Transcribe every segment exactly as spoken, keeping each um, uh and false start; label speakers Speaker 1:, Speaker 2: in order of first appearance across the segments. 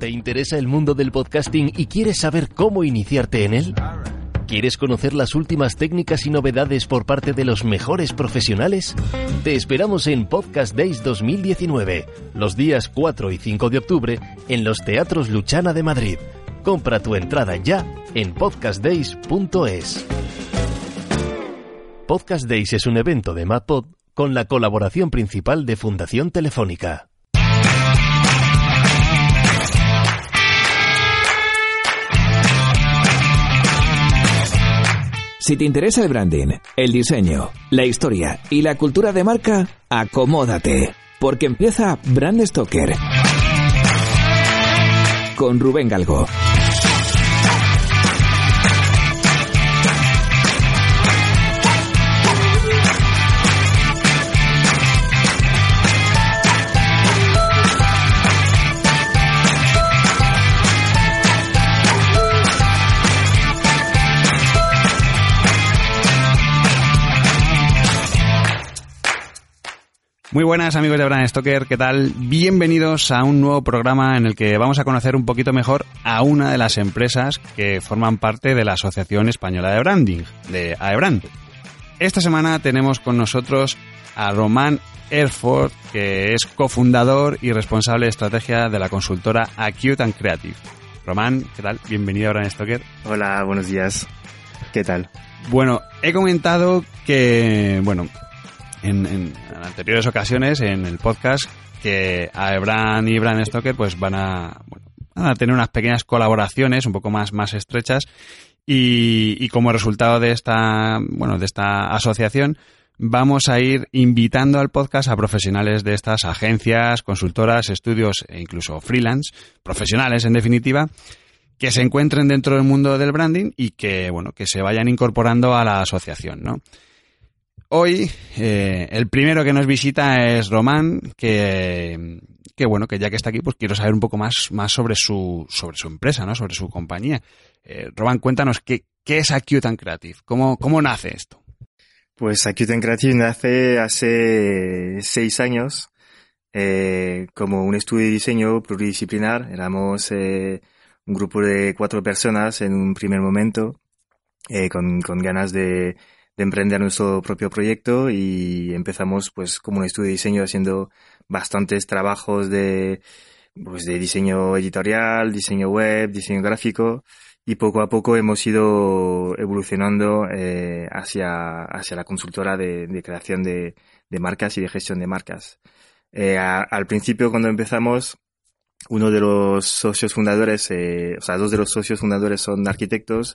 Speaker 1: ¿Te interesa el mundo del podcasting y quieres saber cómo iniciarte en él? ¿Quieres conocer las últimas técnicas y novedades por parte de los mejores profesionales? Te esperamos en Podcast Days dos mil diecinueve, los días cuatro y cinco de octubre, en los Teatros Luchana de Madrid. Compra tu entrada ya en podcast days punto es. Podcast Days es un evento de MadPod con la colaboración principal de Fundación Telefónica.
Speaker 2: Si te interesa el branding, el diseño, la historia y la cultura de marca, acomódate, porque empieza Brand Stoker con Rubén Galgo.
Speaker 3: Muy buenas amigos de Brand Stoker, ¿qué tal? Bienvenidos a un nuevo programa en el que vamos a conocer un poquito mejor a una de las empresas que forman parte de la Asociación Española de Branding, de AEBrand. Esta semana tenemos con nosotros a Román Herford, que es cofundador y responsable de estrategia de la consultora Acute and Creative. Román, ¿qué tal? Bienvenido a Brand Stoker.
Speaker 4: Hola, buenos días. ¿Qué tal?
Speaker 3: Bueno, he comentado que, bueno... En, en, en anteriores ocasiones en el podcast que AEBrand y Brand Stoker pues van a, bueno, van a tener unas pequeñas colaboraciones un poco más, más estrechas y, y como resultado de esta, bueno, de esta asociación vamos a ir invitando al podcast a profesionales de estas agencias, consultoras, estudios e incluso freelance, profesionales en definitiva, que se encuentren dentro del mundo del branding y que, bueno, que se vayan incorporando a la asociación, ¿no? Hoy, eh, el primero que nos visita es Román, que, que bueno, que ya que está aquí, pues quiero saber un poco más, más sobre su, sobre su empresa, ¿no? Sobre su compañía. Eh, Román, cuéntanos, ¿qué, qué es Acute and Creative? ¿Cómo, cómo nace esto?
Speaker 4: Pues Acute and Creative nace hace seis años, eh, como un estudio de diseño pluridisciplinar. Éramos, eh, un grupo de cuatro personas en un primer momento, eh, con, con ganas de, de emprender nuestro propio proyecto y empezamos pues como un estudio de diseño haciendo bastantes trabajos de pues de diseño editorial, diseño web, diseño gráfico y poco a poco hemos ido evolucionando eh, hacia hacia la consultora de, de creación de, de marcas y de gestión de marcas. Eh, a, al principio cuando empezamos uno de los socios fundadores, eh, o sea dos de los socios fundadores son arquitectos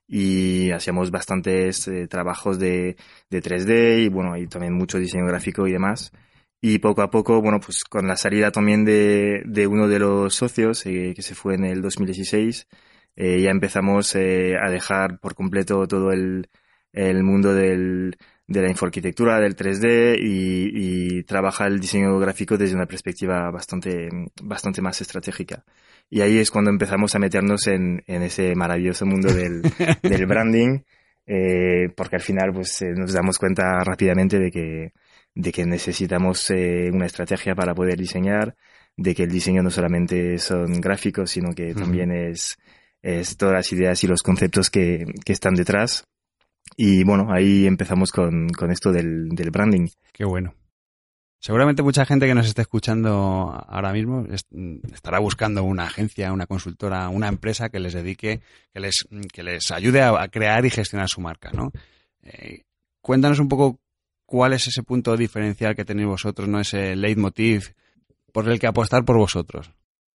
Speaker 4: y hacíamos bastantes eh, trabajos de, de tres D y bueno, y también mucho diseño gráfico y demás. Y poco a poco, bueno, pues con la salida también de, de uno de los socios, eh, que se fue en el dos mil dieciséis, eh, ya empezamos eh, a dejar por completo todo el, el mundo del, de la infoarquitectura, del tres D y, y trabajar el diseño gráfico desde una perspectiva bastante, bastante más estratégica. Y ahí es cuando empezamos a meternos en, en ese maravilloso mundo del, del branding, eh, porque al final pues eh, nos damos cuenta rápidamente de que, de que necesitamos eh, una estrategia para poder diseñar, de que el diseño no solamente son gráficos, sino que uh-huh. también es, es todas las ideas y los conceptos que, que están detrás. Y bueno, ahí empezamos con, con esto del, del branding.
Speaker 3: Qué bueno. Seguramente mucha gente que nos esté escuchando ahora mismo estará buscando una agencia, una consultora, una empresa que les dedique, que les, que les ayude a, a crear y gestionar su marca, ¿no? Eh, cuéntanos un poco cuál es ese punto diferencial que tenéis vosotros, ¿no? Ese leitmotiv por el que apostar por vosotros.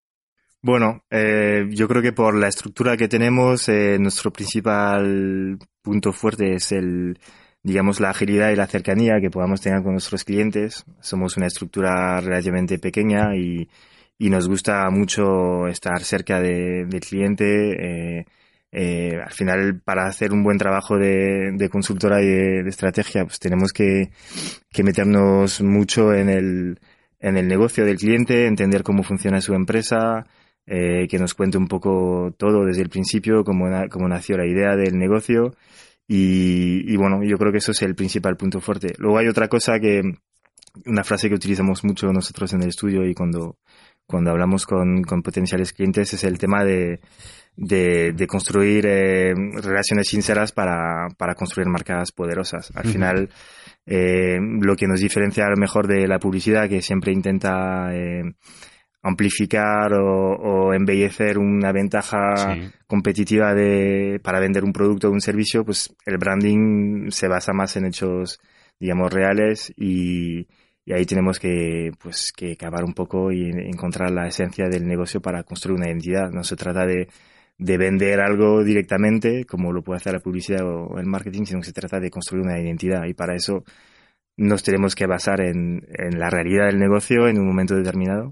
Speaker 4: Bueno, eh, yo creo que por la estructura que tenemos, eh, nuestro principal punto fuerte es el... digamos, la agilidad y la cercanía que podamos tener con nuestros clientes. Somos una estructura relativamente pequeña y, y nos gusta mucho estar cerca de, del cliente. Eh, eh, al final, para hacer un buen trabajo de, de consultora y de, de estrategia, pues tenemos que, que meternos mucho en el, en el negocio del cliente, entender cómo funciona su empresa, eh, que nos cuente un poco todo desde el principio, cómo, na, cómo nació la idea del negocio. Y, y bueno, yo creo que eso es el principal punto fuerte. Luego hay otra cosa que, una frase que utilizamos mucho nosotros en el estudio y cuando, cuando hablamos con, con potenciales clientes es el tema de, de, de construir eh, relaciones sinceras para, para construir marcas poderosas. Al uh-huh. final, eh, lo que nos diferencia a lo mejor de la publicidad, que siempre intenta eh, amplificar o, o embellecer una ventaja sí. competitiva de, para vender un producto o un servicio, pues el branding se basa más en hechos, digamos, reales y, y ahí tenemos que, pues, que cavar un poco y encontrar la esencia del negocio para construir una identidad. No se trata de, de vender algo directamente, como lo puede hacer la publicidad o el marketing, sino que se trata de construir una identidad y para eso nos tenemos que basar en, en la realidad del negocio en un momento determinado.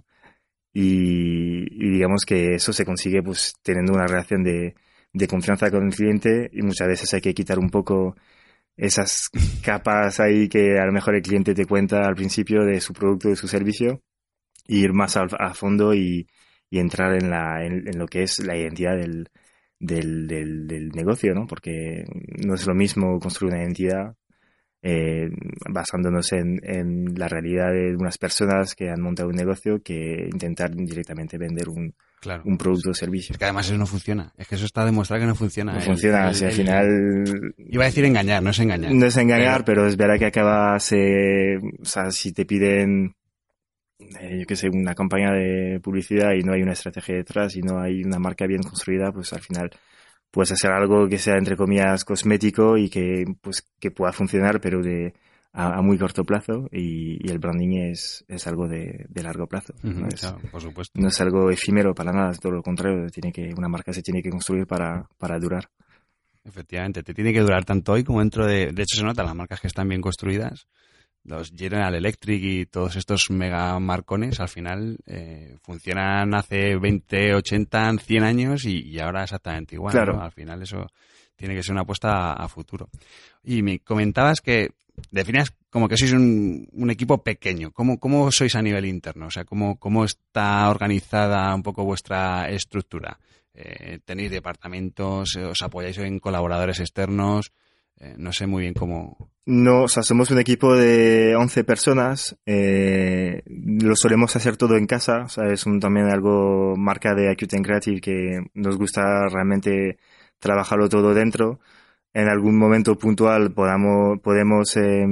Speaker 4: Y, y digamos que eso se consigue pues teniendo una relación de, de confianza con el cliente y muchas veces hay que quitar un poco esas capas ahí que a lo mejor el cliente te cuenta al principio de su producto, de su servicio, e ir más a, a fondo y, y entrar en, la, en, en lo que es la identidad del, del, del, del negocio, ¿no? Porque no es lo mismo construir una identidad Eh, basándonos en, en la realidad de unas personas que han montado un negocio que intentar directamente vender un, claro, un producto o servicio.
Speaker 3: Es que además eso no funciona. Es que eso está demostrado que no funciona.
Speaker 4: No el, funciona. El, o sea, al el, final...
Speaker 3: Iba a decir engañar, no es engañar.
Speaker 4: No es engañar, pero, pero es verdad que acabas... Eh, o sea, si te piden, eh, yo qué sé, una campaña de publicidad y no hay una estrategia detrás y no hay una marca bien construida, pues al final... puedes hacer algo que sea, entre comillas, cosmético y que pues que pueda funcionar, pero de a, a muy corto plazo y, y el branding es, es algo de, de largo plazo.
Speaker 3: Uh-huh,
Speaker 4: ¿no? Es,
Speaker 3: claro, por supuesto.
Speaker 4: No es algo efímero para nada, es todo lo contrario. Tiene que, una marca se tiene que construir para, para durar.
Speaker 3: Efectivamente, te tiene que durar tanto hoy como dentro de... De hecho, se nota las marcas que están bien construidas. Los General Electric y todos estos mega marcones al final eh, funcionan hace veinte, ochenta, cien años y, y ahora exactamente igual.
Speaker 4: Claro.
Speaker 3: ¿no? Al final eso tiene que ser una apuesta a, a futuro. Y me comentabas que definías como que sois un, un equipo pequeño. ¿Cómo, ¿Cómo sois a nivel interno? O sea, ¿cómo, cómo está organizada un poco vuestra estructura? Eh, ¿Tenéis departamentos? ¿Os apoyáis en colaboradores externos? Eh, no sé muy bien cómo...
Speaker 4: No, o sea, somos un equipo de once personas. Eh, lo solemos hacer todo en casa. O sea, es un, también algo marca de Acute and Creative que nos gusta realmente trabajarlo todo dentro. En algún momento puntual podamos, podemos eh,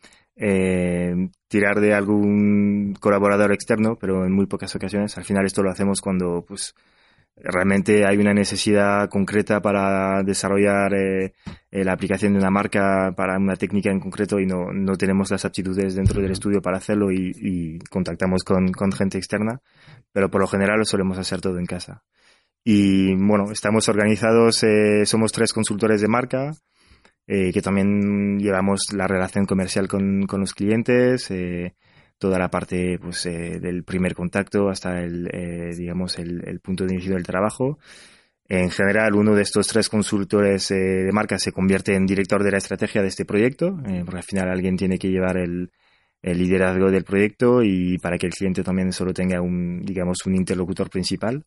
Speaker 4: eh, tirar de algún colaborador externo, pero en muy pocas ocasiones. Al final esto lo hacemos cuando, pues, realmente hay una necesidad concreta para desarrollar eh, eh, la aplicación de una marca para una técnica en concreto y no, no tenemos las aptitudes dentro del estudio para hacerlo y, y contactamos con, con gente externa, pero por lo general lo solemos hacer todo en casa. Y bueno, estamos organizados, eh, somos tres consultores de marca, eh, que también llevamos la relación comercial con, con los clientes, eh, toda la parte pues eh, del primer contacto hasta el eh, digamos el, el punto de inicio del trabajo. En general, uno de estos tres consultores eh, de marca se convierte en director de la estrategia de este proyecto, eh, porque al final alguien tiene que llevar el, el liderazgo del proyecto y para que el cliente también solo tenga un, digamos, un interlocutor principal.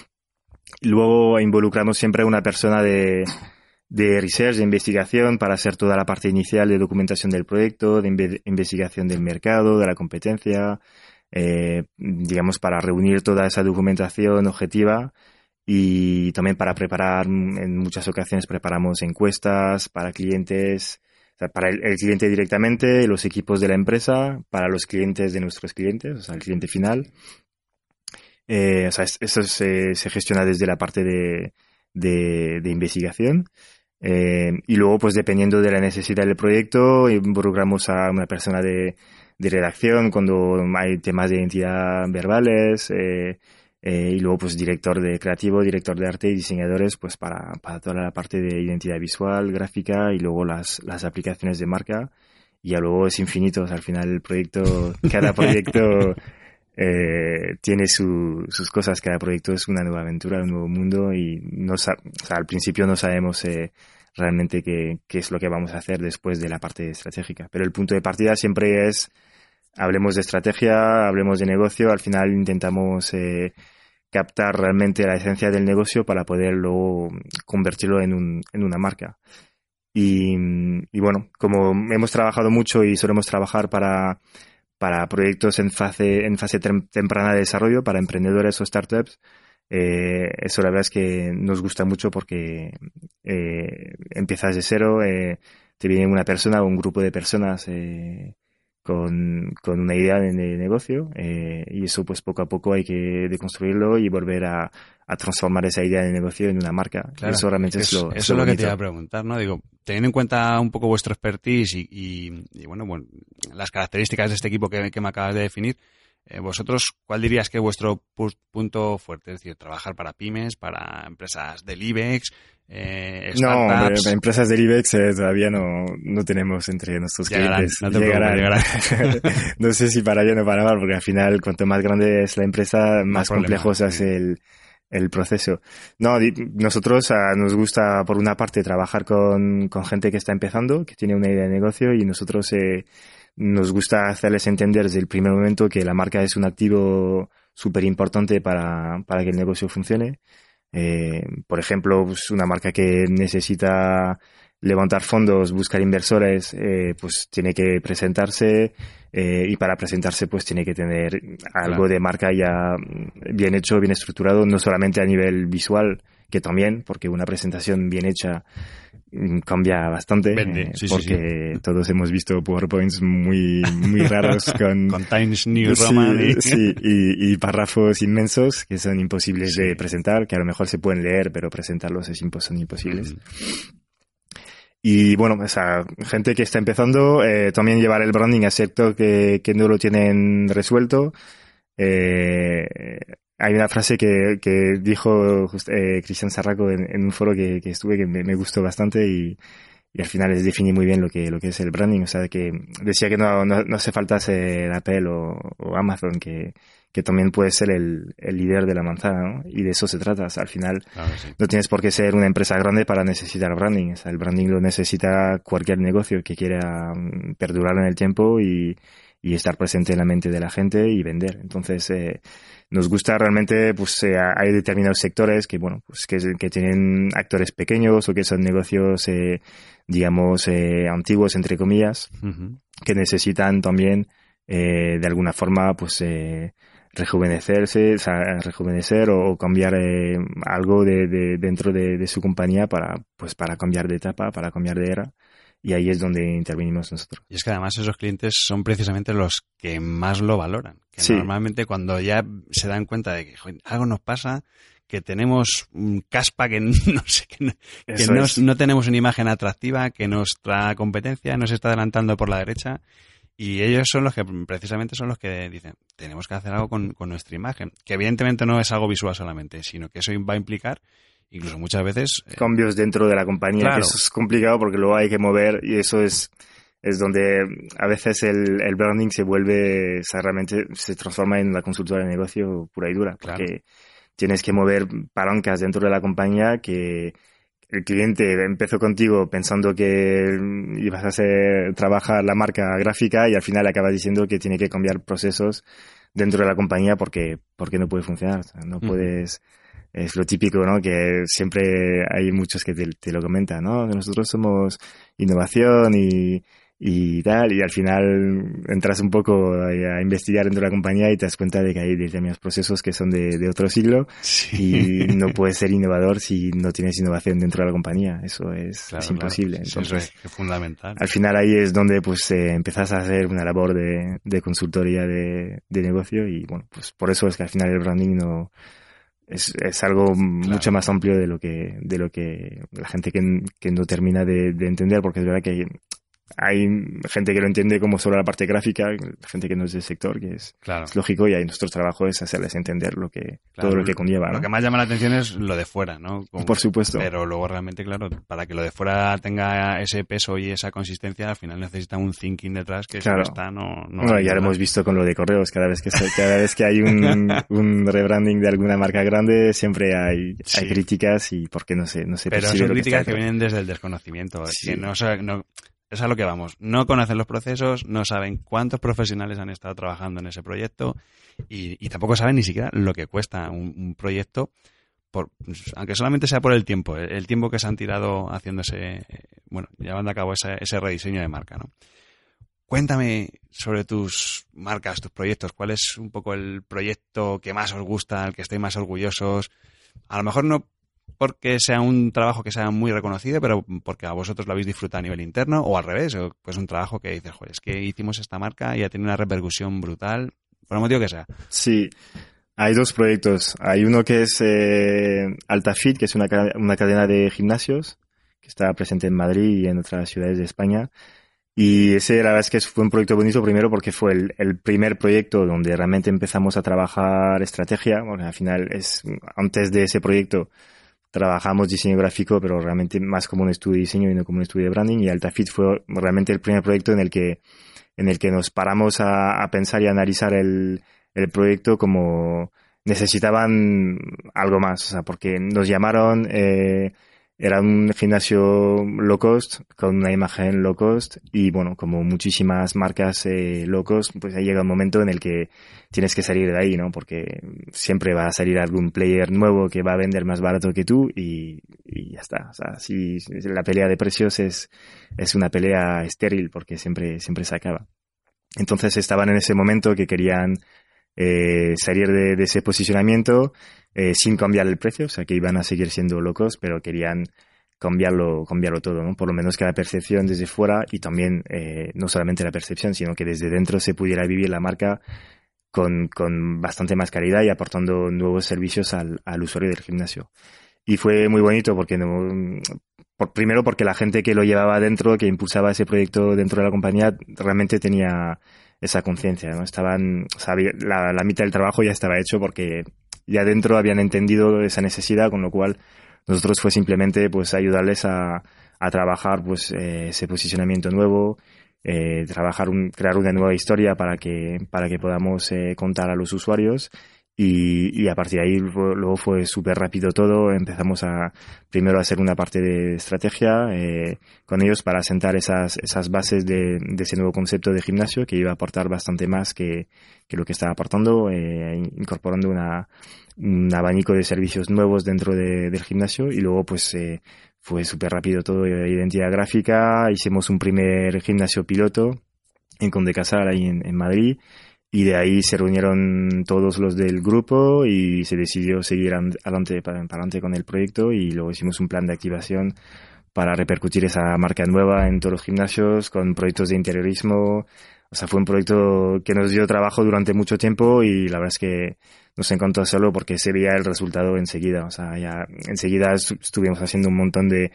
Speaker 4: Luego involucramos siempre a una persona de de research, de investigación, para hacer toda la parte inicial de documentación del proyecto, de inve- investigación del mercado, de la competencia, eh, digamos, para reunir toda esa documentación objetiva y también para preparar, en muchas ocasiones preparamos encuestas para clientes, o sea, para el, el cliente directamente, los equipos de la empresa, para los clientes de nuestros clientes, o sea, el cliente final. Eh, o sea, eso se, se gestiona desde la parte de, de, de investigación. Eh, y luego, pues dependiendo de la necesidad del proyecto, involucramos a una persona de, de redacción cuando hay temas de identidad verbales, eh, eh, y luego pues director de creativo, director de arte y diseñadores pues para, para toda la parte de identidad visual, gráfica y luego las, las aplicaciones de marca. Y ya luego es infinito, o sea, al final el proyecto, cada proyecto eh, tiene su, sus cosas, cada proyecto es una nueva aventura, un nuevo mundo y no, o sea, al principio no sabemos eh, realmente qué, qué es lo que vamos a hacer después de la parte estratégica. Pero el punto de partida siempre es, hablemos de estrategia, hablemos de negocio, al final intentamos eh, captar realmente la esencia del negocio para poder luego convertirlo en, un, en una marca. Y, y bueno, como hemos trabajado mucho y solemos trabajar para para proyectos en fase, en fase tem- temprana de desarrollo, para emprendedores o startups. Eh, eso la verdad es que nos gusta mucho porque eh, empiezas de cero, eh, te viene una persona o un grupo de personas eh, con, con una idea de, de negocio eh, y eso pues poco a poco hay que deconstruirlo y volver a, a transformar esa idea de negocio en una marca.
Speaker 2: Claro,
Speaker 4: Eso realmente
Speaker 2: es,
Speaker 4: es lo
Speaker 2: eso
Speaker 4: es
Speaker 2: es
Speaker 4: lo
Speaker 2: lo que
Speaker 4: bonito.
Speaker 2: te iba a preguntar, ¿no? Digo, teniendo en cuenta un poco vuestro expertise y, y, y bueno, bueno, las características de este equipo que, que me acabas de definir, Eh, vosotros, ¿cuál dirías que es vuestro pu- punto fuerte? Es decir, trabajar para pymes, para empresas del IBEX, eh,
Speaker 4: No, hombre,
Speaker 2: startups.
Speaker 4: empresas del IBEX eh, todavía no, no tenemos entre nuestros
Speaker 2: Llegarán,
Speaker 4: clientes.
Speaker 2: no te preocupes, llegarán.
Speaker 4: No sé si para bien o para mal, porque al final, cuanto más grande es la empresa, más,
Speaker 2: Más
Speaker 4: complejo
Speaker 2: problemas,
Speaker 4: se hace el, el proceso. No, di- nosotros ah, nos gusta, por una parte, trabajar con, con gente que está empezando, que tiene una idea de negocio, y nosotros eh, nos gusta hacerles entender desde el primer momento que la marca es un activo súper importante para, para que el negocio funcione. Eh, por ejemplo, pues una marca que necesita levantar fondos, buscar inversores, eh, pues tiene que presentarse eh, y para presentarse pues tiene que tener algo
Speaker 2: Claro.
Speaker 4: de marca ya bien hecho, bien estructurado, no solamente a nivel visual, que también, porque una presentación bien hecha mm, cambia bastante,
Speaker 2: Vende,
Speaker 4: eh,
Speaker 2: sí, sí,
Speaker 4: porque todos hemos visto PowerPoints muy, muy raros con,
Speaker 2: Con Times New
Speaker 4: Sí,
Speaker 2: Roman. y-
Speaker 4: sí, y, y párrafos inmensos que son imposibles
Speaker 2: Sí.
Speaker 4: de presentar, que a lo mejor se pueden leer, pero presentarlos es impo- son imposibles.
Speaker 2: Mm.
Speaker 4: Y bueno, esa gente que está empezando, eh, también llevar el branding a sector que, que no lo tienen resuelto. Eh, hay una frase que, que dijo just- eh, Cristian Sarraco en, en un foro que, que estuve que me, me gustó bastante y, y al final les define muy bien lo que, lo que es el branding. O sea, que decía que no, no, no hace falta ser Apple o, o Amazon, que, que también puede ser el, el líder de la manzana, ¿no? Y de eso se trata. O sea, al final
Speaker 2: Claro que sí.
Speaker 4: no tienes por qué ser una empresa grande para necesitar branding. O sea, el branding lo necesita cualquier negocio que quiera mm, perdurar en el tiempo y, y estar presente en la mente de la gente y vender. Entonces, eh, nos gusta realmente, pues eh, hay determinados sectores que, bueno, pues que, que tienen actores pequeños o que son negocios, eh, digamos, eh, antiguos, entre comillas,
Speaker 2: Ujú.
Speaker 4: que necesitan también, eh, de alguna forma, pues, eh, rejuvenecerse, o sea, rejuvenecer o, o cambiar eh, algo de, de dentro de, de su compañía para, pues, para cambiar de etapa, para cambiar de era. Y ahí es donde intervenimos nosotros.
Speaker 2: Y es que además esos clientes son precisamente los que más lo valoran. Que
Speaker 4: Sí.
Speaker 2: normalmente cuando ya se dan cuenta de que joder, algo nos pasa, que tenemos un caspa que no sé, que, no, que
Speaker 4: Eso
Speaker 2: no,
Speaker 4: es.
Speaker 2: no tenemos una imagen atractiva, que nuestra competencia nos está adelantando por la derecha. Y ellos son los que, precisamente son los que dicen, tenemos que hacer algo con, con nuestra imagen. Que evidentemente no es algo visual solamente, sino que eso va a implicar, incluso muchas veces... eh,
Speaker 4: Cambios dentro de la compañía,
Speaker 2: Claro.
Speaker 4: que eso es complicado porque luego hay que mover y eso es, es donde a veces el, el branding se vuelve, o sea, realmente se transforma en una consultora de negocio pura y dura, porque
Speaker 2: Claro.
Speaker 4: tienes que mover palancas dentro de la compañía que el cliente empezó contigo pensando que ibas a hacer, trabajar la marca gráfica y al final acabas diciendo que tiene que cambiar procesos dentro de la compañía porque, porque no puede funcionar. O sea, no
Speaker 2: Ujú.
Speaker 4: puedes, es lo típico, ¿no? Que siempre hay muchos que te, te lo comentan, ¿no? Que nosotros somos innovación y, y tal, y al final entras un poco a, a investigar dentro de la compañía y te das cuenta de que hay determinados procesos que son de, de otro siglo
Speaker 2: sí.
Speaker 4: y no puedes ser innovador si no tienes innovación dentro de la compañía. Eso es,
Speaker 2: Claro,
Speaker 4: es imposible.
Speaker 2: claro. Sí,
Speaker 4: Entonces,
Speaker 2: eso es fundamental.
Speaker 4: al final ahí es donde pues eh, empezás a hacer una labor de, de consultoría de, de negocio y bueno, pues por eso es que al final el branding no es, es algo mucho más amplio de lo que de lo que la gente que, que no termina de, de entender, porque es verdad que hay, hay gente que lo entiende como solo la parte gráfica, gente que no es del sector, que es,
Speaker 2: Claro.
Speaker 4: es lógico, y ahí nuestro trabajo es hacerles entender lo que
Speaker 2: Claro,
Speaker 4: todo lo que conlleva, ¿no?
Speaker 2: Lo que más llama la atención es lo de fuera, ¿no? Como-
Speaker 4: Por supuesto.
Speaker 2: Pero luego realmente, claro, para que lo de fuera tenga ese peso y esa consistencia, al final necesita un thinking detrás que
Speaker 4: Claro.
Speaker 2: si no está, no... no
Speaker 4: Bueno,
Speaker 2: hay
Speaker 4: ya lo
Speaker 2: nada.
Speaker 4: hemos visto con lo de correos. Cada vez que se- cada vez que hay un, un rebranding de alguna marca grande, siempre hay,
Speaker 2: Sí.
Speaker 4: hay críticas y porque no se no se
Speaker 2: Pero
Speaker 4: percibe
Speaker 2: son
Speaker 4: lo
Speaker 2: críticas
Speaker 4: está
Speaker 2: que
Speaker 4: detrás.
Speaker 2: vienen desde el desconocimiento.
Speaker 4: Sí.
Speaker 2: Que no, sa- no, es a lo que vamos. No conocen los procesos, no saben cuántos profesionales han estado trabajando en ese proyecto y, y tampoco saben ni siquiera lo que cuesta un, un proyecto, por, aunque solamente sea por el tiempo, el, el tiempo que se han tirado haciendo ese, eh, bueno, llevando a cabo ese, ese rediseño de marca, ¿no? cuéntame sobre tus marcas, tus proyectos. ¿Cuál es un poco el proyecto que más os gusta, el que estéis más orgullosos? A lo mejor no porque sea un trabajo que sea muy reconocido, pero porque a vosotros lo habéis disfrutado a nivel interno, o al revés, o pues un trabajo que dices, joder, es que hicimos esta marca y ha tenido una repercusión brutal, por el motivo que sea.
Speaker 4: Sí, hay dos proyectos. Hay uno que es eh, AltaFit, que es una, una cadena de gimnasios que está presente en Madrid y en otras ciudades de España. Y ese, la verdad es que fue un proyecto bonito, primero porque fue el, el primer proyecto donde realmente empezamos a trabajar estrategia, porque al final es, antes de ese proyecto trabajamos diseño gráfico, pero realmente más como un estudio de diseño y no como un estudio de branding, y AltaFit fue realmente el primer proyecto en el que, en el que nos paramos a, a pensar y a analizar el, el proyecto como necesitaban algo más, o sea, porque nos llamaron, eh, era un gimnasio low cost, con una imagen low cost, y bueno, como muchísimas marcas eh, low cost, pues ahí llega un momento en el que tienes que salir de ahí, ¿no? Porque siempre va a salir algún player nuevo que va a vender más barato que tú y, y ya está. O sea, si, si la pelea de precios es, es una pelea estéril porque siempre, siempre se acaba. Entonces estaban en ese momento que querían eh, salir de, de ese posicionamiento eh, sin cambiar el precio, o sea que iban a seguir siendo locos, pero querían cambiarlo, cambiarlo todo, ¿no? Por lo menos que la percepción desde fuera y también eh, no solamente la percepción, sino que desde dentro se pudiera vivir la marca con, con bastante más calidad y aportando nuevos servicios al, al usuario del gimnasio. Y fue muy bonito porque no, por, primero porque la gente que lo llevaba dentro, que impulsaba ese proyecto dentro de la compañía, realmente tenía esa conciencia, ¿no? Estaban, o sea, la, la mitad del trabajo ya estaba hecho porque ya dentro habían entendido esa necesidad, con lo cual nosotros fue simplemente pues ayudarles a, a trabajar pues eh, ese posicionamiento nuevo, eh, trabajar un, crear una nueva historia para que para que podamos eh, contar a los usuarios. Y, y a partir de ahí luego fue súper rápido todo. Empezamos a primero a hacer una parte de estrategia eh, con ellos para sentar esas esas bases de, de ese nuevo concepto de gimnasio que iba a aportar bastante más que, que lo que estaba aportando, eh, incorporando una un abanico de servicios nuevos dentro de, del gimnasio. Y luego pues eh, fue súper rápido todo, identidad gráfica. Hicimos un primer gimnasio piloto en Conde Casal, ahí en, en Madrid. Y de ahí se reunieron todos los del grupo y se decidió seguir adelante, para adelante con el proyecto, y luego hicimos un plan de activación para repercutir esa marca nueva en todos los gimnasios con proyectos de interiorismo. O sea, fue un proyecto que nos dio trabajo durante mucho tiempo y la verdad es que nos encantó hacerlo porque se veía el resultado enseguida. O sea, ya enseguida estuvimos haciendo un montón de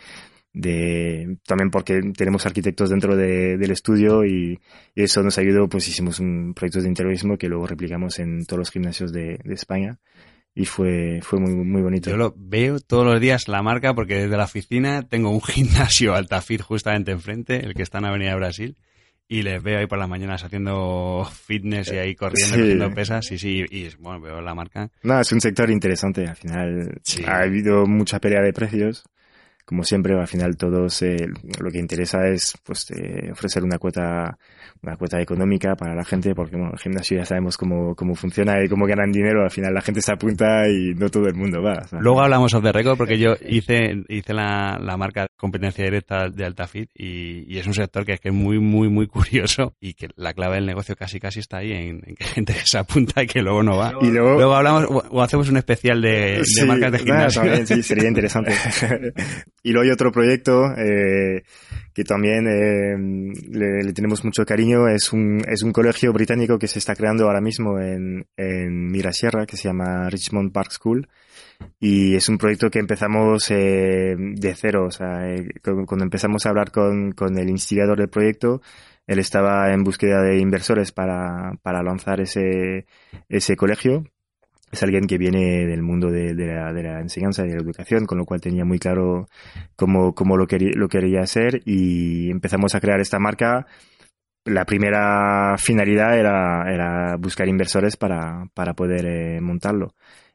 Speaker 4: de también porque tenemos arquitectos dentro de, del estudio y, y eso nos ayudó. Pues hicimos un proyecto de interiorismo que luego replicamos en todos los gimnasios de, de España y fue fue muy muy bonito.
Speaker 2: Yo lo veo todos los días la marca porque desde la oficina tengo un gimnasio AltaFit justamente enfrente, el que está en Avenida Brasil, y les veo ahí por las mañanas haciendo fitness y ahí corriendo, sí, cogiendo pesas, y sí, y bueno, veo la marca.
Speaker 4: No, es un sector interesante, al final sí. Ha habido mucha pelea de precios. Como siempre, al final todos eh, lo que interesa es pues eh, ofrecer una cuota una cuota económica para la gente, porque bueno, el gimnasio ya sabemos cómo cómo funciona y cómo ganan dinero. Al final la gente se apunta y no todo el mundo va, ¿sabes?
Speaker 2: Luego hablamos off the record porque yo hice hice la, la marca competencia directa de AltaFit y, y es un sector que es que es muy muy muy curioso y que la clave del negocio casi casi está ahí en, en que gente que se apunta y que luego no va.
Speaker 4: Y luego,
Speaker 2: luego hablamos o, o hacemos un especial de,
Speaker 4: sí,
Speaker 2: de marcas de gimnasio.
Speaker 4: Nada, también, sí, sería interesante. Y luego hay otro proyecto eh, que también eh, le, le tenemos mucho cariño. Es un es un colegio británico que se está creando ahora mismo en, en Mirasierra, que se llama Richmond Park School. Y es un proyecto que empezamos eh, de cero. O sea, eh, cuando empezamos a hablar con, con el instigador del proyecto, él estaba en búsqueda de inversores para, para lanzar ese, ese colegio. Es alguien que viene del mundo de, de, la, de la enseñanza y de la educación, con lo cual tenía muy claro cómo, cómo lo, quería, lo quería hacer, y empezamos a crear esta marca. La primera finalidad era, era buscar inversores para, para poder eh, montarlo.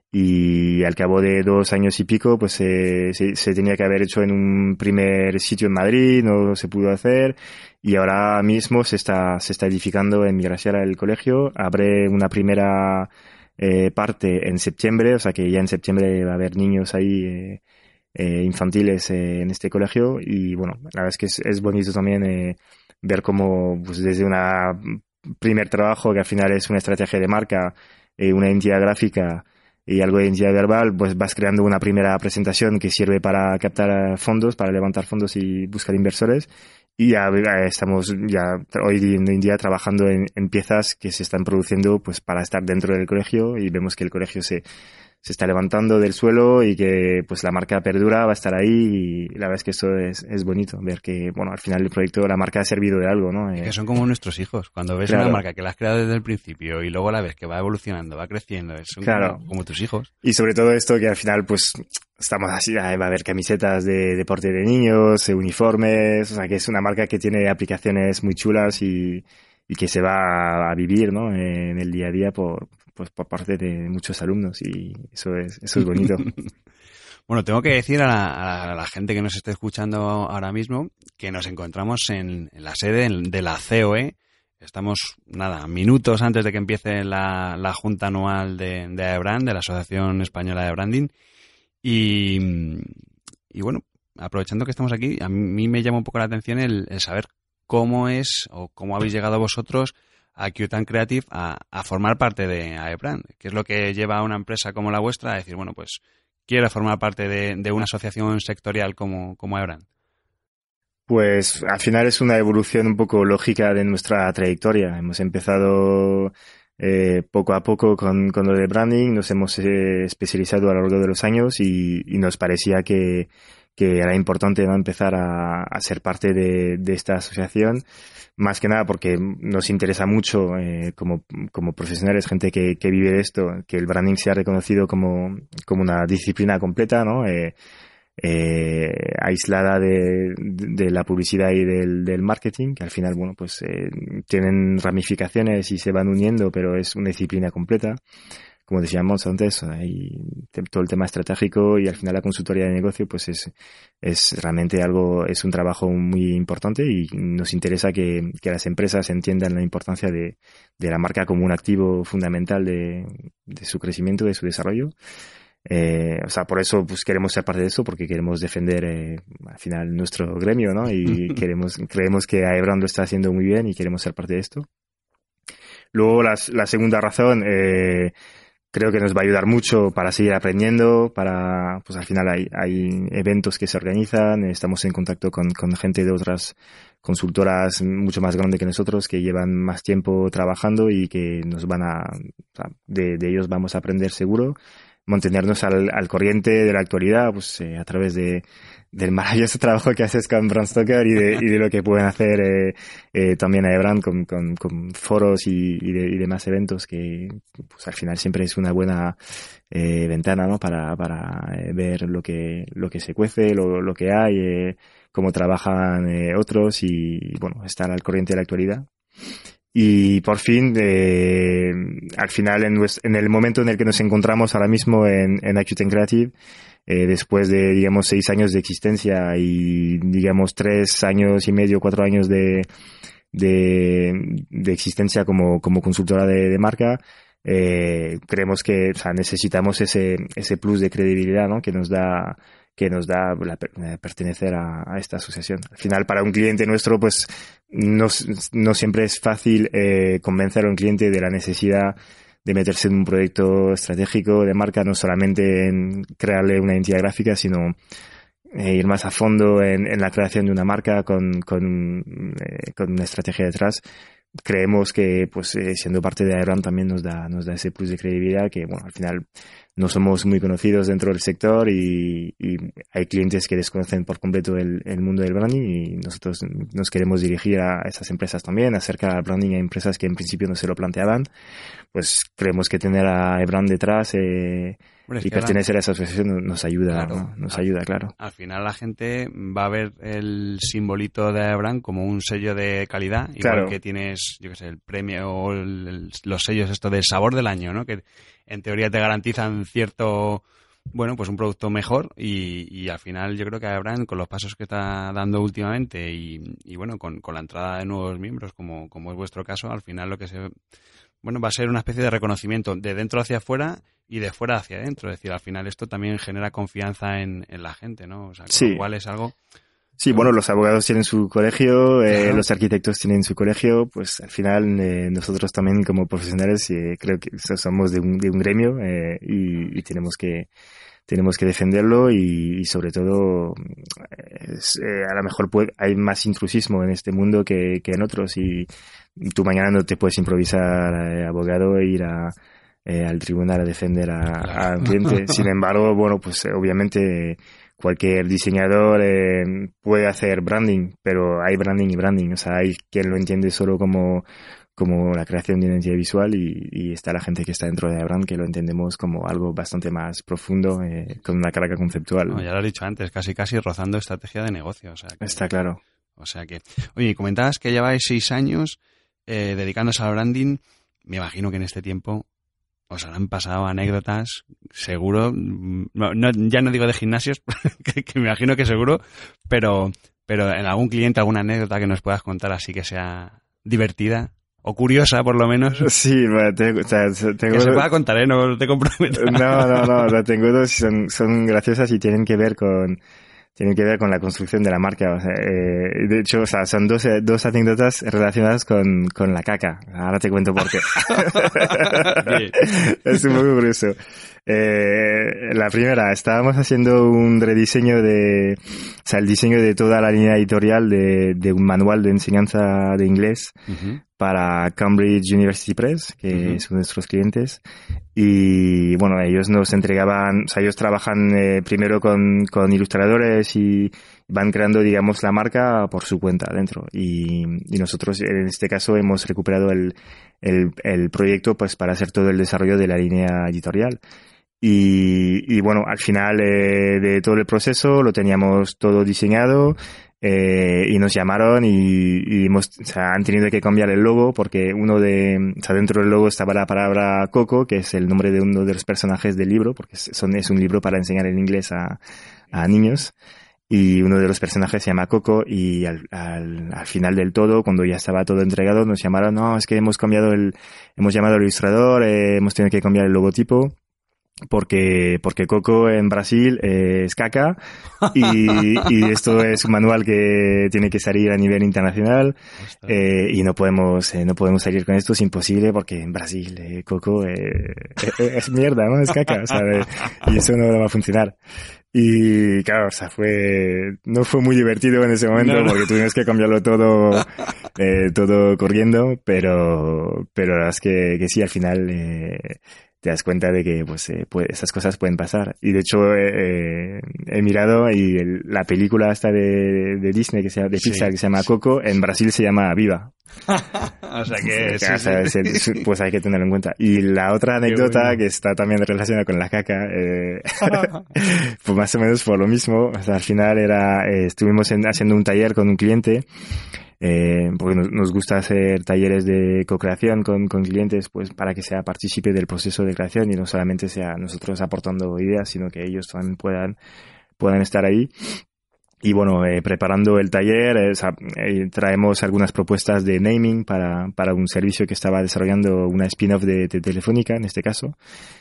Speaker 4: Y al cabo de dos años y pico, pues eh, se, se tenía que haber hecho en un primer sitio en Madrid, no se pudo hacer, y ahora mismo se está, se está edificando en Mirasierra el colegio. Abre una primera Eh, parte en septiembre, o sea que ya en septiembre va a haber niños ahí eh, eh, infantiles eh, en este colegio. Y bueno, la verdad es que es, es bonito también eh, ver cómo pues desde una primer trabajo que al final es una estrategia de marca, eh, una identidad gráfica y algo de identidad verbal, pues vas creando una primera presentación que sirve para captar fondos, para levantar fondos y buscar inversores. Y ya estamos ya hoy en día trabajando en, en piezas que se están produciendo pues para estar dentro del colegio, y vemos que el colegio se, se está levantando del suelo y que pues la marca perdura, va a estar ahí, y la verdad es que eso es, es bonito, ver que bueno, al final el proyecto, la marca ha servido de algo, ¿no?
Speaker 3: Es que son como nuestros hijos. Cuando ves claro. una marca que la has creado desde el principio y luego la ves que va evolucionando, va creciendo, son claro. como, como tus hijos.
Speaker 4: Y sobre todo esto que al final pues estamos así, va a haber camisetas de deporte de niños, uniformes, o sea que es una marca que tiene aplicaciones muy chulas y, y que se va a vivir, ¿no? En el día a día por, pues, por parte de muchos alumnos, y eso es, eso es bonito.
Speaker 3: Bueno, tengo que decir a la, a, la, a la gente que nos esté escuchando ahora mismo que nos encontramos en, en la sede de la C O E. Estamos, nada, minutos antes de que empiece la, la junta anual de, de AEBRAND, de la Asociación Española de Branding. Y, y bueno, aprovechando que estamos aquí, a mí me llama un poco la atención el, el saber cómo es o cómo habéis llegado vosotros a Cute and Creative a, a formar parte de AEBRAND. ¿Qué es lo que lleva a una empresa como la vuestra a decir, bueno, pues quiero formar parte de, de una asociación sectorial como, como AEBRAND?
Speaker 4: Pues al final es una evolución un poco lógica de nuestra trayectoria. Hemos empezado eh, poco a poco con, con lo de branding, nos hemos eh, especializado a lo largo de los años y, y nos parecía que, que era importante, ¿no?, empezar a, a ser parte de, de esta asociación, más que nada porque nos interesa mucho eh, como, como profesionales, gente que, que vive de esto, que el branding sea reconocido como, como una disciplina completa, ¿no? Eh, Eh, aislada de, de la publicidad y del, del marketing, que al final, bueno, pues eh, tienen ramificaciones y se van uniendo, pero es una disciplina completa. Como decíamos antes, hay todo el tema estratégico y al final la consultoría de negocio, pues es, es realmente algo, es un trabajo muy importante y nos interesa que, que las empresas entiendan la importancia de, de la marca como un activo fundamental de, de su crecimiento, de su desarrollo. Eh, o sea, por eso pues queremos ser parte de eso, porque queremos defender eh, al final nuestro gremio, ¿no? Y queremos, creemos que AEBRAND lo está haciendo muy bien y queremos ser parte de esto. Luego la, la segunda razón, eh, creo que nos va a ayudar mucho para seguir aprendiendo, para, pues al final hay, hay eventos que se organizan, estamos en contacto con, con gente de otras consultoras mucho más grandes que nosotros, que llevan más tiempo trabajando y que nos van a, o sea, de, de ellos vamos a aprender seguro. Mantenernos al, al corriente de la actualidad, pues eh, a través de del maravilloso trabajo que haces con Brandstoker y de, y de lo que pueden hacer eh, eh, también AEBRAND con, con, con foros y, y, de, y demás eventos, que pues al final siempre es una buena eh, ventana, ¿no?, para, para eh, ver lo que lo que se cuece, lo, lo que hay, eh, cómo trabajan eh, otros y, bueno, estar al corriente de la actualidad. Y por fin, eh, al final, en, en el momento en el que nos encontramos ahora mismo en, en Cute and Creative, eh, después de, digamos, seis años de existencia y, digamos, tres años y medio, cuatro años de, de, de existencia como, como consultora de, de marca, eh, creemos que, o sea, necesitamos ese, ese plus de credibilidad, ¿no?, que nos da, que nos da la, la pertenecer a, a esta asociación. Al final, para un cliente nuestro, pues no, no siempre es fácil eh, convencer a un cliente de la necesidad de meterse en un proyecto estratégico de marca, no solamente en crearle una identidad gráfica, sino eh, ir más a fondo en, en la creación de una marca con, con, eh, con una estrategia detrás. Creemos que, pues, eh, siendo parte de AEBRAND también nos da, nos da ese plus de credibilidad que, bueno, al final no somos muy conocidos dentro del sector y, y hay clientes que desconocen por completo el, el mundo del branding y nosotros nos queremos dirigir a esas empresas también, acercar al branding a empresas que en principio no se lo planteaban. Pues creemos que tener a AEBRAND detrás eh, y pertenecer a esa asociación nos ayuda, claro, ¿no? Nos al, ayuda, claro.
Speaker 3: Al final la gente va a ver el simbolito de AEBRAND como un sello de calidad, igual claro. que tienes, yo qué sé, el premio o el, el, los sellos esto del sabor del año, ¿no?, que en teoría te garantizan cierto, bueno, pues un producto mejor y, y al final yo creo que AEBRAND, con los pasos que está dando últimamente y, y bueno, con, con la entrada de nuevos miembros, como, como es vuestro caso, al final lo que se, bueno, va a ser una especie de reconocimiento de dentro hacia afuera y de fuera hacia adentro. Es decir, al final esto también genera confianza en, en la gente, ¿no? O sea, con
Speaker 4: sí.
Speaker 3: lo cual es algo
Speaker 4: Sí, bueno, los abogados tienen su colegio, eh,
Speaker 3: Claro.
Speaker 4: los arquitectos tienen su colegio, pues al final eh, nosotros también como profesionales eh, creo que so- somos de un, de un gremio eh, y, y tenemos que tenemos que defenderlo y, y sobre todo eh, es, eh, a lo mejor puede- hay más intrusismo en este mundo que, que en otros y tú mañana no te puedes improvisar eh, abogado e ir a, eh, al tribunal a defender a, a un cliente. Sin embargo, bueno, pues eh, obviamente cualquier diseñador eh, puede hacer branding, pero hay branding y branding. O sea, hay quien lo entiende solo como, como la creación de una identidad visual y, y está la gente que está dentro de la brand que lo entendemos como algo bastante más profundo, eh, con una carga conceptual.
Speaker 3: No, ya lo has dicho antes, casi casi rozando estrategia de negocio. O sea que,
Speaker 4: Está claro.
Speaker 3: O sea que, oye, comentabas que lleváis seis años eh, dedicándose al branding. Me imagino que en este tiempo os habrán pasado anécdotas, seguro. No, no, ya no digo de gimnasios, que, que me imagino que seguro, pero, pero en algún cliente, alguna anécdota que nos puedas contar así que sea divertida o curiosa, por lo menos.
Speaker 4: Sí, bueno, te- o sea, tengo...
Speaker 3: Que se pueda contar, ¿eh? No te comprometo.
Speaker 4: No, no, no, la tengo dos y son, son graciosas y tienen que ver con, tienen que ver con la construcción de la marca. O sea, eh, de hecho, o sea, son dos, eh, dos anécdotas relacionadas con, con la caca. Ahora te cuento por qué. Es un poco curioso. Eh, la primera, estábamos haciendo un rediseño de, o sea, el diseño de toda la línea editorial de, de un manual de enseñanza de inglés
Speaker 3: Uh-huh.
Speaker 4: para Cambridge University Press, que
Speaker 3: Ujú.
Speaker 4: son nuestros clientes. Y bueno, ellos nos entregaban, o sea, ellos trabajan eh, primero con, con ilustradores y van creando, digamos, la marca por su cuenta dentro. Y, y nosotros, en este caso, hemos recuperado el, el, el proyecto pues para hacer todo el desarrollo de la línea editorial. Y, y bueno, al final eh, de todo el proceso lo teníamos todo diseñado. Eh, y nos llamaron y, y hemos, o sea, han tenido que cambiar el logo porque uno de, o sea, dentro del logo estaba la palabra Coco, que es el nombre de uno de los personajes del libro, porque son, es un libro para enseñar el inglés a, a niños. Y uno de los personajes se llama Coco y al, al, al final del todo, cuando ya estaba todo entregado, nos llamaron, no, es que hemos cambiado el, hemos llamado al ilustrador, eh, hemos tenido que cambiar el logotipo. Porque, porque Coco en Brasil eh, es caca y, y esto es un manual que tiene que salir a nivel internacional eh, y no podemos eh, no podemos salir con esto, es imposible porque en Brasil eh, Coco eh, es, es mierda, ¿no? Es caca, o sea, eh, y eso no va a funcionar. Y claro, o sea, fue, no fue muy divertido en ese momento
Speaker 3: No, no.
Speaker 4: porque tuvimos que cambiarlo todo, eh, todo corriendo, pero, pero la verdad es que, que sí, al final, eh, te das cuenta de que pues, eh, pues esas cosas pueden pasar. Y de hecho eh, he mirado y el- la película esta de, de Disney, que se llama, de
Speaker 3: Sí,
Speaker 4: Pixar, que se llama
Speaker 3: sí.
Speaker 4: Coco, en Brasil se llama Viva.
Speaker 3: O sea que, sí,
Speaker 4: O sea,
Speaker 3: sí.
Speaker 4: es- es- pues hay que tenerlo en cuenta. Y la otra anécdota
Speaker 3: bueno.
Speaker 4: que está también relacionada con la caca, eh, pues más o menos por lo mismo. O sea, al final era, eh, estuvimos en- haciendo un taller con un cliente, eh, porque nos, nos gusta hacer talleres de co-creación con, con clientes, pues para que sea partícipe del proceso de creación y no solamente sea nosotros aportando ideas, sino que ellos también puedan, puedan estar ahí. Y bueno, eh, preparando el taller, eh, o sea, eh, traemos algunas propuestas de naming para, para un servicio que estaba desarrollando una spin-off de, de Telefónica, en este caso.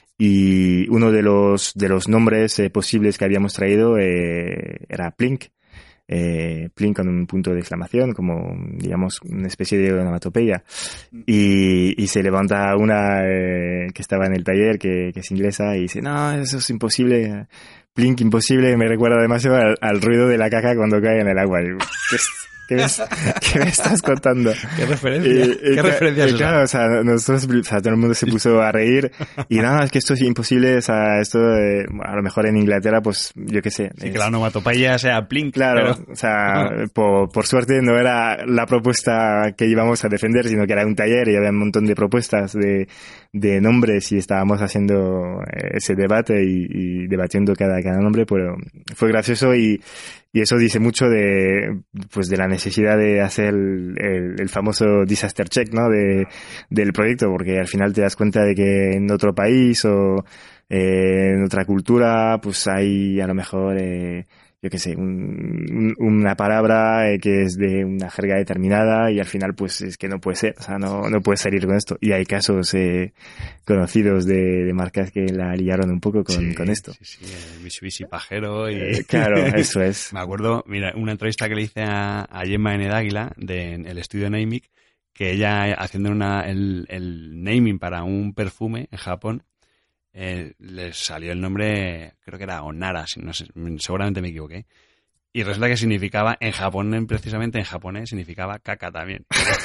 Speaker 4: Y uno de los, de los nombres eh, posibles que habíamos traído eh, era Plink. Eh, Plink con un punto de exclamación, como, digamos, una especie de onomatopeya. Y, y se levanta una eh, que estaba en el taller, que, que es inglesa, y dice, no, eso es imposible. Plink imposible, me recuerda demasiado al, al ruido de la caca cuando cae en el agua. Y, ¿Qué, qué, me, ¿Qué me estás contando?
Speaker 3: ¿Qué referencia?
Speaker 4: Y, y
Speaker 3: ¿Qué
Speaker 4: ca-
Speaker 3: referencia
Speaker 4: y
Speaker 3: es esa?
Speaker 4: claro, o sea, nosotros, o sea, todo el mundo se puso a reír y nada, es que esto es imposible, o sea, esto eh, a lo mejor en Inglaterra, pues yo qué sé.
Speaker 3: Sí,
Speaker 4: es-
Speaker 3: que la onomatopeya sea plink.
Speaker 4: Claro,
Speaker 3: pero-
Speaker 4: o sea, por, por suerte no era la propuesta que íbamos a defender, sino que era un taller y había un montón de propuestas de, de nombres y estábamos haciendo eh, ese debate y, y debatiendo cada, cada nombre, pero fue gracioso y, y eso dice mucho de, pues de la necesidad de hacer el, el, el famoso disaster check, ¿no? De, del proyecto, porque al final te das cuenta de que en otro país o eh, en otra cultura, pues hay a lo mejor, eh, yo qué sé, un, un, una palabra que es de una jerga determinada y al final pues es que no puede ser, o sea, no, no puedes salir con esto. Y hay casos eh, conocidos de, de marcas que la liaron un poco con,
Speaker 2: sí,
Speaker 4: con esto.
Speaker 2: Sí, sí, el Mitsubishi Pajero y...
Speaker 4: Eh, claro, eso es.
Speaker 2: Me acuerdo, mira, una entrevista que le hice a, a Gemma N. D'Águila de el estudio Naming, que ella haciendo una, el, el naming para un perfume en Japón, eh, les salió el nombre, creo que era Onara, no sé, seguramente me equivoqué. Y resulta que significaba, en Japón, precisamente en japonés, significaba caca también.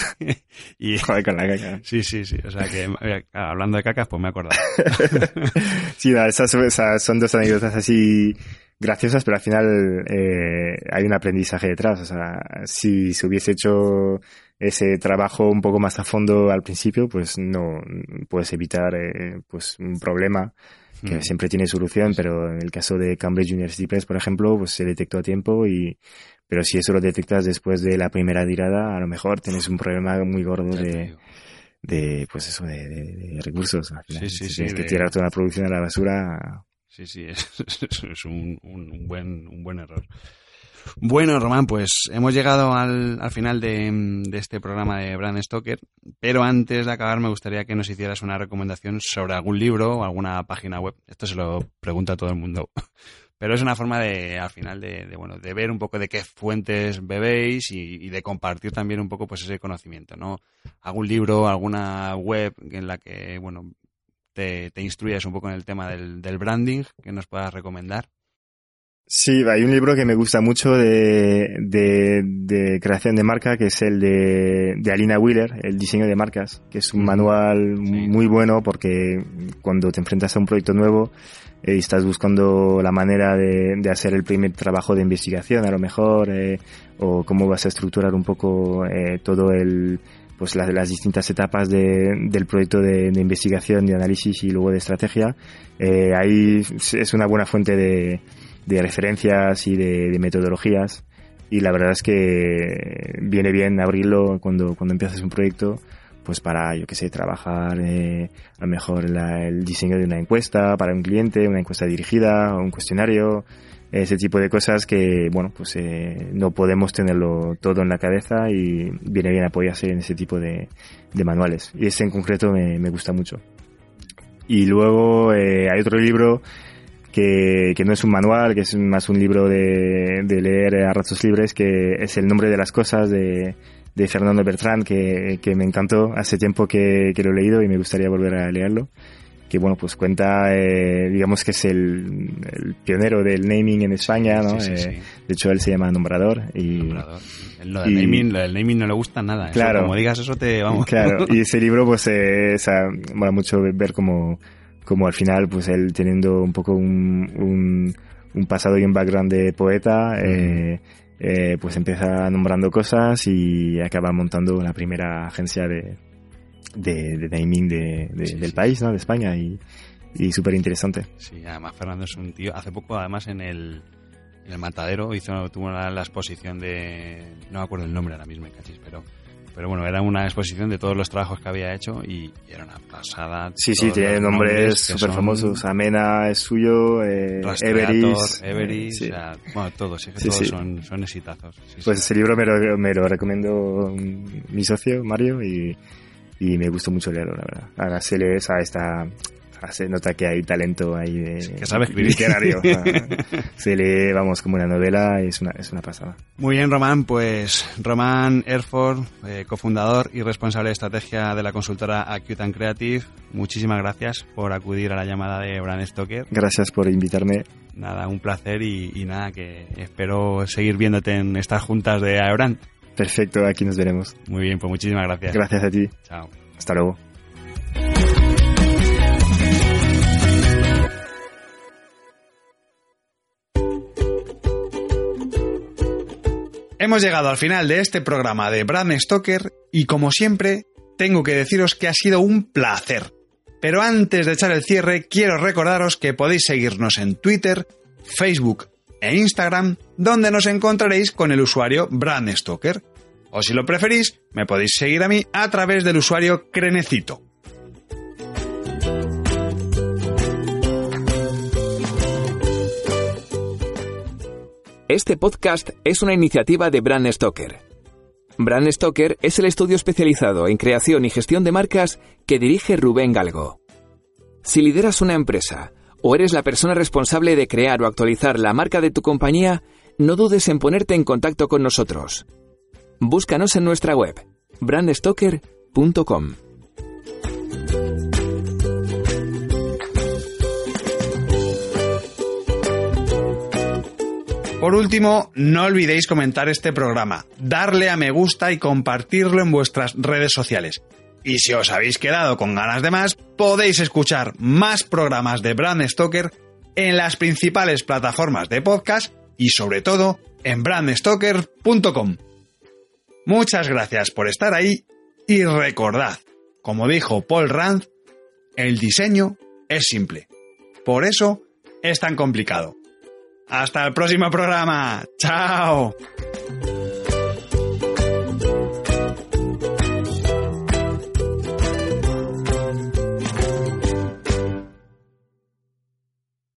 Speaker 2: y,
Speaker 4: Joder, con la caca.
Speaker 2: Sí, sí, sí. O sea que, hablando de cacas, pues me he acordado.
Speaker 4: Sí, no, esas, esas son dos anécdotas así graciosas, pero al final eh, hay un aprendizaje detrás. O sea, si se hubiese hecho ese trabajo un poco más a fondo al principio, pues no puedes evitar eh, pues un problema que mm. siempre tiene solución, pero en el caso de Cambridge University Press, por ejemplo, pues se detectó a tiempo y pero si eso lo detectas después de la primera tirada, a lo mejor tienes un problema muy gordo de de pues eso de, de, de recursos. Al final.
Speaker 2: Sí, sí,
Speaker 4: si
Speaker 2: sí,
Speaker 4: tienes
Speaker 2: de...
Speaker 4: que tirar toda la producción a la basura.
Speaker 2: Sí, sí, es, es un, un, un buen un buen error. Bueno, Román, pues hemos llegado al, al final de, de este programa de Bram Stoker, pero antes de acabar me gustaría que nos hicieras una recomendación sobre algún libro o alguna página web. Esto se lo pregunta a todo el mundo, pero es una forma de, al final, de, de bueno, de ver un poco de qué fuentes bebéis y, y de compartir también un poco pues ese conocimiento, ¿no? Algún libro, alguna web en la que, bueno, te, te instruyas un poco en el tema del, del branding que nos puedas recomendar.
Speaker 4: Sí, hay un libro que me gusta mucho de, de, de creación de marca, que es el de, de Alina Wheeler, el diseño de marcas, que es un manual sí. muy bueno porque cuando te enfrentas a un proyecto nuevo eh, y estás buscando la manera de, de hacer el primer trabajo de investigación, a lo mejor, eh, o cómo vas a estructurar un poco eh, todo el pues las, las distintas etapas de, del proyecto de, de investigación, de análisis y luego de estrategia, eh, ahí es una buena fuente de de referencias y de, de metodologías, y la verdad es que viene bien abrirlo cuando, cuando empiezas un proyecto, pues para, yo qué sé, trabajar eh, a lo mejor la, el diseño de una encuesta para un cliente, una encuesta dirigida o un cuestionario, ese tipo de cosas que, bueno, pues eh, no podemos tenerlo todo en la cabeza y viene bien apoyarse en ese tipo de, de manuales. Y este en concreto me, me gusta mucho. Y luego eh, hay otro libro Que, que no es un manual, que es más un libro de, de leer a ratos libres, que es El nombre de las cosas de, de Fernando Bertrand, que, que me encantó hace tiempo que, que lo he leído y me gustaría volver a leerlo. Que bueno, pues cuenta, eh, digamos que es el, el pionero del naming en España, ¿no?
Speaker 2: Sí, sí, sí.
Speaker 4: Eh, de hecho él se llama Nombrador y...
Speaker 2: Nombrador. Lo del, y, naming, lo del naming no le gusta nada.
Speaker 4: Claro.
Speaker 2: Eso, como digas eso te vamos.
Speaker 4: Claro, y ese libro pues eh, o sea, mola mucho ver cómo como al final, pues él teniendo un poco un, un, un pasado y un background de poeta, eh, eh, pues empieza nombrando cosas y acaba montando la primera agencia de, de, de naming de, de, sí, del sí. país, ¿no? De España, y, y súper interesante.
Speaker 2: Sí, además Fernando es un tío, hace poco además en el, en el Matadero hizo, tuvo la, la exposición de, no me acuerdo el nombre ahora mismo, cachis, pero... Pero bueno, era una exposición de todos los trabajos que había hecho y era una pasada.
Speaker 4: Sí, sí, tiene nombres súper famosos. Amena es suyo, eh, Everis.
Speaker 2: Everis,
Speaker 4: sí.
Speaker 2: O sea, bueno, todos, sí,
Speaker 4: sí,
Speaker 2: todos
Speaker 4: sí.
Speaker 2: Son, son exitazos. Sí,
Speaker 4: pues
Speaker 2: sí.
Speaker 4: Ese libro me lo, me lo recomendó mi socio, Mario, y, y me gustó mucho leerlo, la verdad. Ahora se lee esa, esta... se nota que hay talento ahí de,
Speaker 2: sí, que sabe escribir
Speaker 4: literario. Se lee, vamos, como una novela y es una, es una pasada.
Speaker 2: Muy bien, Román, pues Román Erford, eh, cofundador y responsable de estrategia de la consultora Acute and Creative, muchísimas gracias por acudir a la llamada de Bram Stoker.
Speaker 4: Gracias por invitarme.
Speaker 2: Nada, un placer y, y nada, que espero seguir viéndote en estas juntas de Aebrand.
Speaker 4: Perfecto, aquí nos veremos.
Speaker 2: Muy bien, pues muchísimas gracias.
Speaker 4: Gracias a ti.
Speaker 2: Chao.
Speaker 4: Hasta luego.
Speaker 3: Hemos llegado al final de este programa de Bram Stoker y, como siempre, tengo que deciros que ha sido un placer. Pero antes de echar el cierre, quiero recordaros que podéis seguirnos en Twitter, Facebook e Instagram, donde nos encontraréis con el usuario Bram Stoker. O si lo preferís, me podéis seguir a mí a través del usuario Crenecito.
Speaker 5: Este podcast es una iniciativa de Brand Stoker. Brand Stoker es el estudio especializado en creación y gestión de marcas que dirige Rubén Galgo. Si lideras una empresa o eres la persona responsable de crear o actualizar la marca de tu compañía, no dudes en ponerte en contacto con nosotros. Búscanos en nuestra web, brand stoker punto com.
Speaker 3: Por último, no olvidéis comentar este programa, darle a me gusta y compartirlo en vuestras redes sociales. Y si os habéis quedado con ganas de más, podéis escuchar más programas de Brand Stoker en las principales plataformas de podcast y sobre todo en brand stoker punto com. Muchas gracias por estar ahí y recordad, como dijo Paul Rand, el diseño es simple. Por eso es tan complicado. ¡Hasta el próximo programa! ¡Chao!